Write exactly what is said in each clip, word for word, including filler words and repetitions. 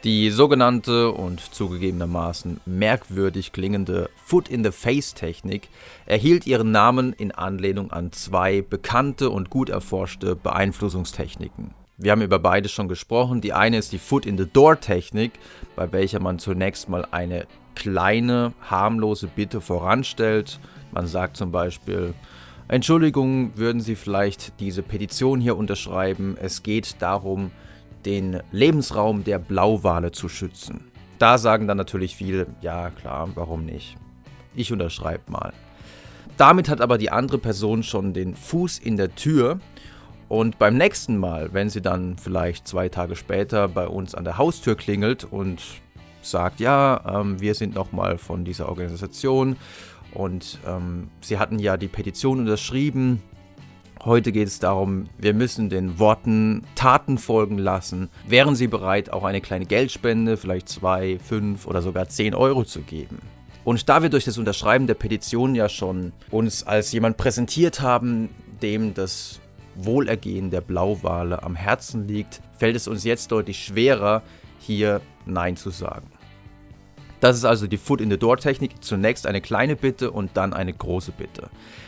Die sogenannte und zugegebenermaßen merkwürdig klingende Foot-in-the-Face-Technik erhielt ihren Namen in Anlehnung an zwei bekannte und gut erforschte Beeinflussungstechniken. Wir haben über beide schon gesprochen. Die eine ist die Foot-in-the-Door-Technik, bei welcher man zunächst mal eine kleine, harmlose Bitte voranstellt. Man sagt zum Beispiel: Entschuldigung, würden Sie vielleicht diese Petition hier unterschreiben? Es geht darum, den Lebensraum der Blauwale zu schützen. Da sagen dann natürlich viele: ja klar, warum nicht? Ich unterschreibe mal. Damit hat aber die andere Person schon den Fuß in der Tür und beim nächsten Mal, wenn sie dann vielleicht zwei Tage später bei uns an der Haustür klingelt und sagt: ja, ähm, wir sind nochmal von dieser Organisation und ähm, sie hatten ja die Petition unterschrieben. Heute geht es darum, wir müssen den Worten Taten folgen lassen. Wären Sie bereit, auch eine kleine Geldspende, vielleicht zwei, fünf oder sogar zehn Euro zu geben? Und da wir durch das Unterschreiben der Petition ja schon uns als jemand präsentiert haben, dem das Wohlergehen der Blauwale am Herzen liegt, fällt es uns jetzt deutlich schwerer, hier Nein zu sagen. Das ist also die Foot-in-the-Door-Technik. Zunächst eine kleine Bitte und dann eine große Bitte.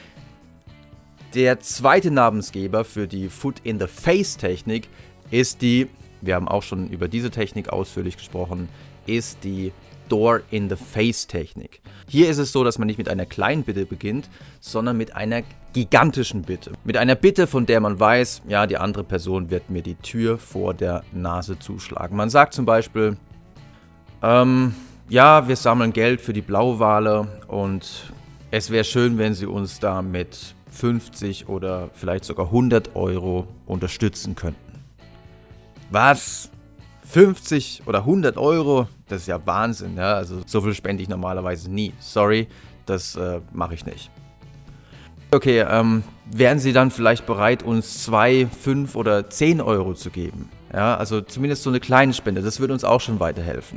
Der zweite Namensgeber für die Foot-in-the-Face-Technik ist die, wir haben auch schon über diese Technik ausführlich gesprochen, ist die Door-in-the-Face-Technik. Hier ist es so, dass man nicht mit einer kleinen Bitte beginnt, sondern mit einer gigantischen Bitte. Mit einer Bitte, von der man weiß, ja, die andere Person wird mir die Tür vor der Nase zuschlagen. Man sagt zum Beispiel: ähm, ja, wir sammeln Geld für die Blauwale und es wäre schön, wenn Sie uns da mit fünfzig oder vielleicht sogar hundert Euro unterstützen könnten. Was? fünfzig oder hundert Euro? Das ist ja Wahnsinn, ja? Also so viel spende ich normalerweise nie. Sorry, das äh, mache ich nicht. Okay, ähm, wären Sie dann vielleicht bereit, uns zwei, fünf oder zehn Euro zu geben? Ja, also zumindest so eine kleine Spende, das würde uns auch schon weiterhelfen.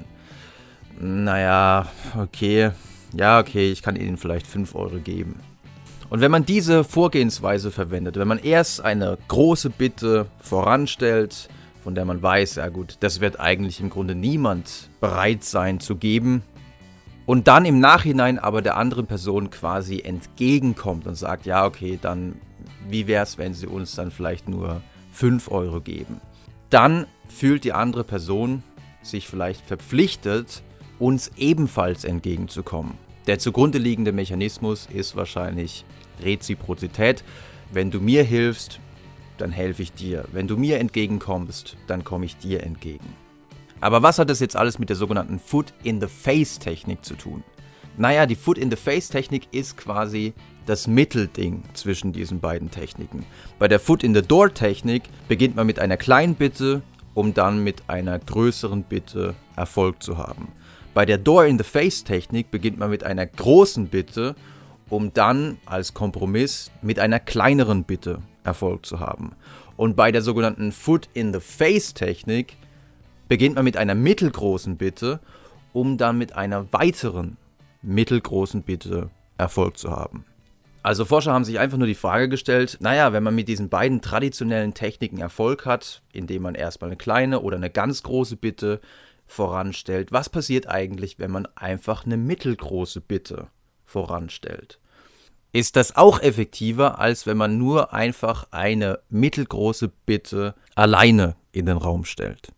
Naja, okay, ja, okay, ich kann Ihnen vielleicht fünf Euro geben. Und wenn man diese Vorgehensweise verwendet, wenn man erst eine große Bitte voranstellt, von der man weiß, ja gut, das wird eigentlich im Grunde niemand bereit sein zu geben, und dann im Nachhinein aber der anderen Person quasi entgegenkommt und sagt: ja okay, dann wie wäre es, wenn Sie uns dann vielleicht nur fünf Euro geben? Dann fühlt die andere Person sich vielleicht verpflichtet, uns ebenfalls entgegenzukommen. Der zugrunde liegende Mechanismus ist wahrscheinlich Reziprozität. Wenn du mir hilfst, dann helfe ich dir. Wenn du mir entgegenkommst, dann komme ich dir entgegen. Aber was hat das jetzt alles mit der sogenannten Foot-in-the-Face-Technik zu tun? Naja, die Foot-in-the-Face-Technik ist quasi das Mittelding zwischen diesen beiden Techniken. Bei der Foot-in-the-Door-Technik beginnt man mit einer kleinen Bitte, um dann mit einer größeren Bitte Erfolg zu haben. Bei der Door-in-the-Face-Technik beginnt man mit einer großen Bitte, um dann als Kompromiss mit einer kleineren Bitte Erfolg zu haben. Und bei der sogenannten Foot-in-the-Face-Technik beginnt man mit einer mittelgroßen Bitte, um dann mit einer weiteren mittelgroßen Bitte Erfolg zu haben. Also Forscher haben sich einfach nur die Frage gestellt, naja, wenn man mit diesen beiden traditionellen Techniken Erfolg hat, indem man erstmal eine kleine oder eine ganz große Bitte voranstellt, was passiert eigentlich, wenn man einfach eine mittelgroße Bitte voranstellt? Ist das auch effektiver, als wenn man nur einfach eine mittelgroße Bitte alleine in den Raum stellt?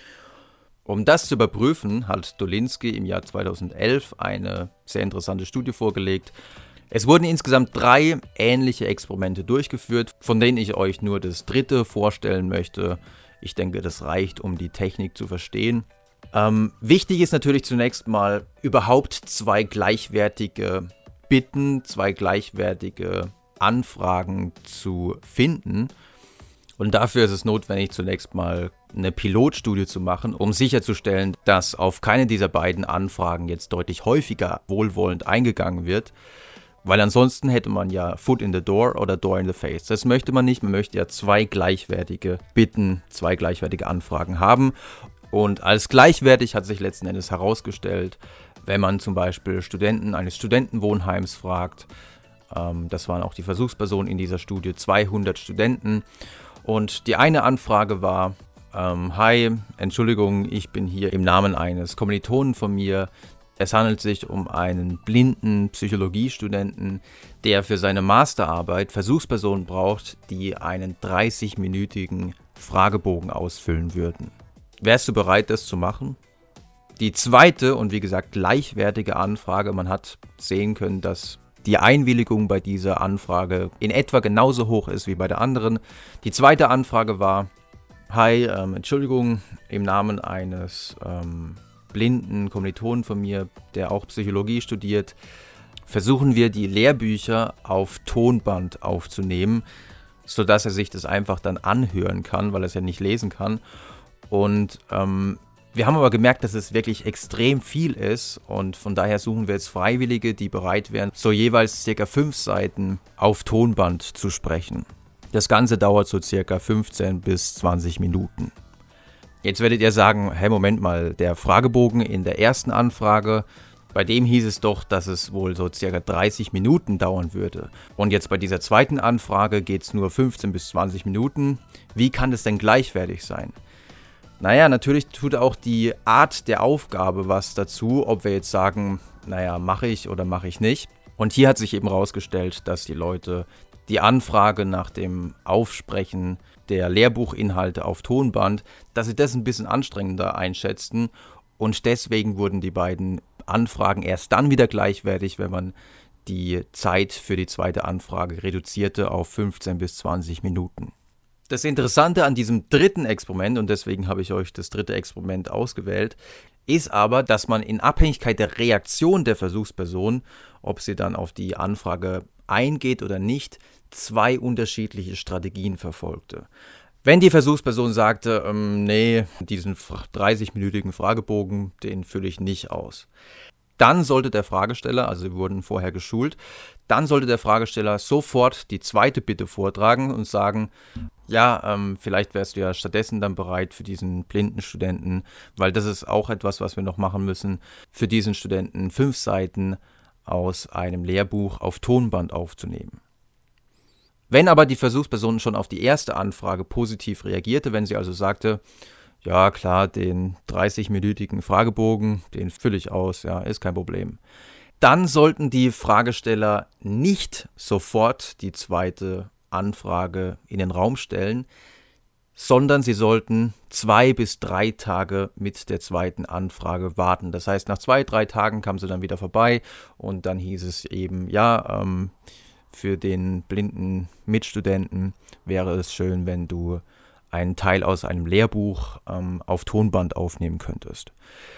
Um das zu überprüfen, hat Dolinski im Jahr zweitausendelf eine sehr interessante Studie vorgelegt. Es wurden insgesamt drei ähnliche Experimente durchgeführt, von denen ich euch nur das dritte vorstellen möchte. Ich denke, das reicht, um die Technik zu verstehen. Ähm, wichtig ist natürlich zunächst mal, überhaupt zwei gleichwertige Bitten, zwei gleichwertige Anfragen zu finden. Und dafür ist es notwendig, zunächst mal eine Pilotstudie zu machen, um sicherzustellen, dass auf keine dieser beiden Anfragen jetzt deutlich häufiger wohlwollend eingegangen wird. Weil ansonsten hätte man ja Foot in the Door oder Door in the Face. Das möchte man nicht. Man möchte ja zwei gleichwertige Bitten, zwei gleichwertige Anfragen haben. Und als gleichwertig hat sich letzten Endes herausgestellt, wenn man zum Beispiel Studenten eines Studentenwohnheims fragt, ähm, das waren auch die Versuchspersonen in dieser Studie, zweihundert Studenten. Und die eine Anfrage war, ähm, hi, Entschuldigung, ich bin hier im Namen eines Kommilitonen von mir. Es handelt sich um einen blinden Psychologiestudenten, der für seine Masterarbeit Versuchspersonen braucht, die einen dreißig-minütigen Fragebogen ausfüllen würden. Wärst du bereit, das zu machen? Die zweite und wie gesagt gleichwertige Anfrage, man hat sehen können, dass die Einwilligung bei dieser Anfrage in etwa genauso hoch ist wie bei der anderen. Die zweite Anfrage war, hi, ähm, Entschuldigung, im Namen eines ähm, blinden Kommilitonen von mir, der auch Psychologie studiert, versuchen wir die Lehrbücher auf Tonband aufzunehmen, sodass er sich das einfach dann anhören kann, weil er es ja nicht lesen kann. Und ähm, wir haben aber gemerkt, dass es wirklich extrem viel ist und von daher suchen wir jetzt Freiwillige, die bereit wären, so jeweils circa fünf Seiten auf Tonband zu sprechen. Das Ganze dauert so circa fünfzehn bis zwanzig Minuten. Jetzt werdet ihr sagen, hey, Moment mal, der Fragebogen in der ersten Anfrage, bei dem hieß es doch, dass es wohl so circa dreißig Minuten dauern würde. Und jetzt bei dieser zweiten Anfrage geht es nur fünfzehn bis zwanzig Minuten. Wie kann das denn gleichwertig sein? Naja, natürlich tut auch die Art der Aufgabe was dazu, ob wir jetzt sagen, naja, mache ich oder mache ich nicht. Und hier hat sich eben herausgestellt, dass die Leute die Anfrage nach dem Aufsprechen der Lehrbuchinhalte auf Tonband, dass sie das ein bisschen anstrengender einschätzten und deswegen wurden die beiden Anfragen erst dann wieder gleichwertig, wenn man die Zeit für die zweite Anfrage reduzierte auf fünfzehn bis zwanzig Minuten. Das Interessante an diesem dritten Experiment, und deswegen habe ich euch das dritte Experiment ausgewählt, ist aber, dass man in Abhängigkeit der Reaktion der Versuchsperson, ob sie dann auf die Anfrage eingeht oder nicht, zwei unterschiedliche Strategien verfolgte. Wenn die Versuchsperson sagte, ähm, nee, diesen dreißig-minütigen Fragebogen, den fülle ich nicht aus, dann sollte der Fragesteller, also sie wurden vorher geschult, dann sollte der Fragesteller sofort die zweite Bitte vortragen und sagen, ja, ähm, vielleicht wärst du ja stattdessen dann bereit für diesen blinden Studenten, weil das ist auch etwas, was wir noch machen müssen, für diesen Studenten fünf Seiten aus einem Lehrbuch auf Tonband aufzunehmen. Wenn aber die Versuchsperson schon auf die erste Anfrage positiv reagierte, wenn sie also sagte, ja klar, den dreißig-minütigen Fragebogen, den fülle ich aus, ja, ist kein Problem, dann sollten die Fragesteller nicht sofort die zweite Anfrage in den Raum stellen, sondern sie sollten zwei bis drei Tage mit der zweiten Anfrage warten. Das heißt, nach zwei, drei Tagen kam sie dann wieder vorbei und dann hieß es eben, ja, ähm, für den blinden Mitstudenten wäre es schön, wenn du einen Teil aus einem Lehrbuch ähm, auf Tonband aufnehmen könntest.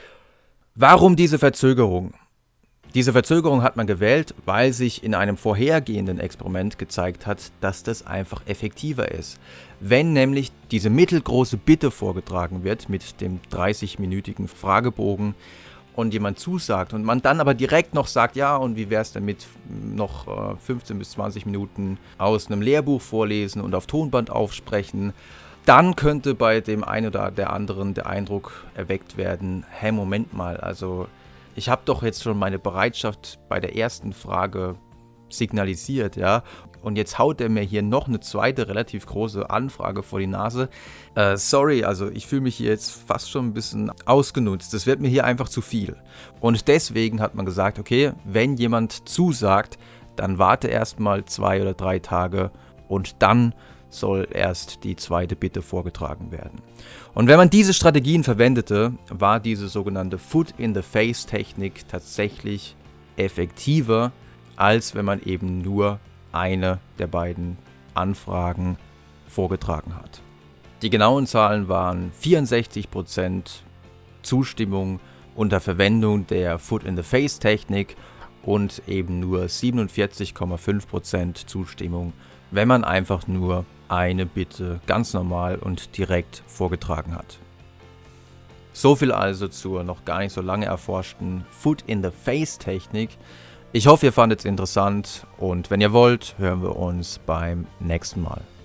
Warum diese Verzögerung? Diese Verzögerung hat man gewählt, weil sich in einem vorhergehenden Experiment gezeigt hat, dass das einfach effektiver ist. Wenn nämlich diese mittelgroße Bitte vorgetragen wird mit dem dreißig-minütigen Fragebogen und jemand zusagt und man dann aber direkt noch sagt, ja, und wie wäre es denn mit noch äh, fünfzehn bis zwanzig Minuten aus einem Lehrbuch vorlesen und auf Tonband aufsprechen, dann könnte bei dem einen oder der anderen der Eindruck erweckt werden, hä, Moment mal, also ich habe doch jetzt schon meine Bereitschaft bei der ersten Frage signalisiert, ja, und jetzt haut er mir hier noch eine zweite relativ große Anfrage vor die Nase. Äh, sorry, also ich fühle mich hier jetzt fast schon ein bisschen ausgenutzt. Das wird mir hier einfach zu viel. Und deswegen hat man gesagt, okay, wenn jemand zusagt, dann warte erst mal zwei oder drei Tage und dann soll erst die zweite Bitte vorgetragen werden. Und wenn man diese Strategien verwendete, war diese sogenannte Foot-in-the-Face-Technik tatsächlich effektiver, als wenn man eben nur eine der beiden Anfragen vorgetragen hat. Die genauen Zahlen waren vierundsechzig Prozent Zustimmung unter Verwendung der Foot-in-the-Face-Technik und eben nur siebenundvierzig Komma fünf Prozent Zustimmung, wenn man einfach nur eine Bitte ganz normal und direkt vorgetragen hat. So viel also zur noch gar nicht so lange erforschten Foot-in-the-Face-Technik. Ich hoffe, ihr fandet es interessant und wenn ihr wollt, hören wir uns beim nächsten Mal.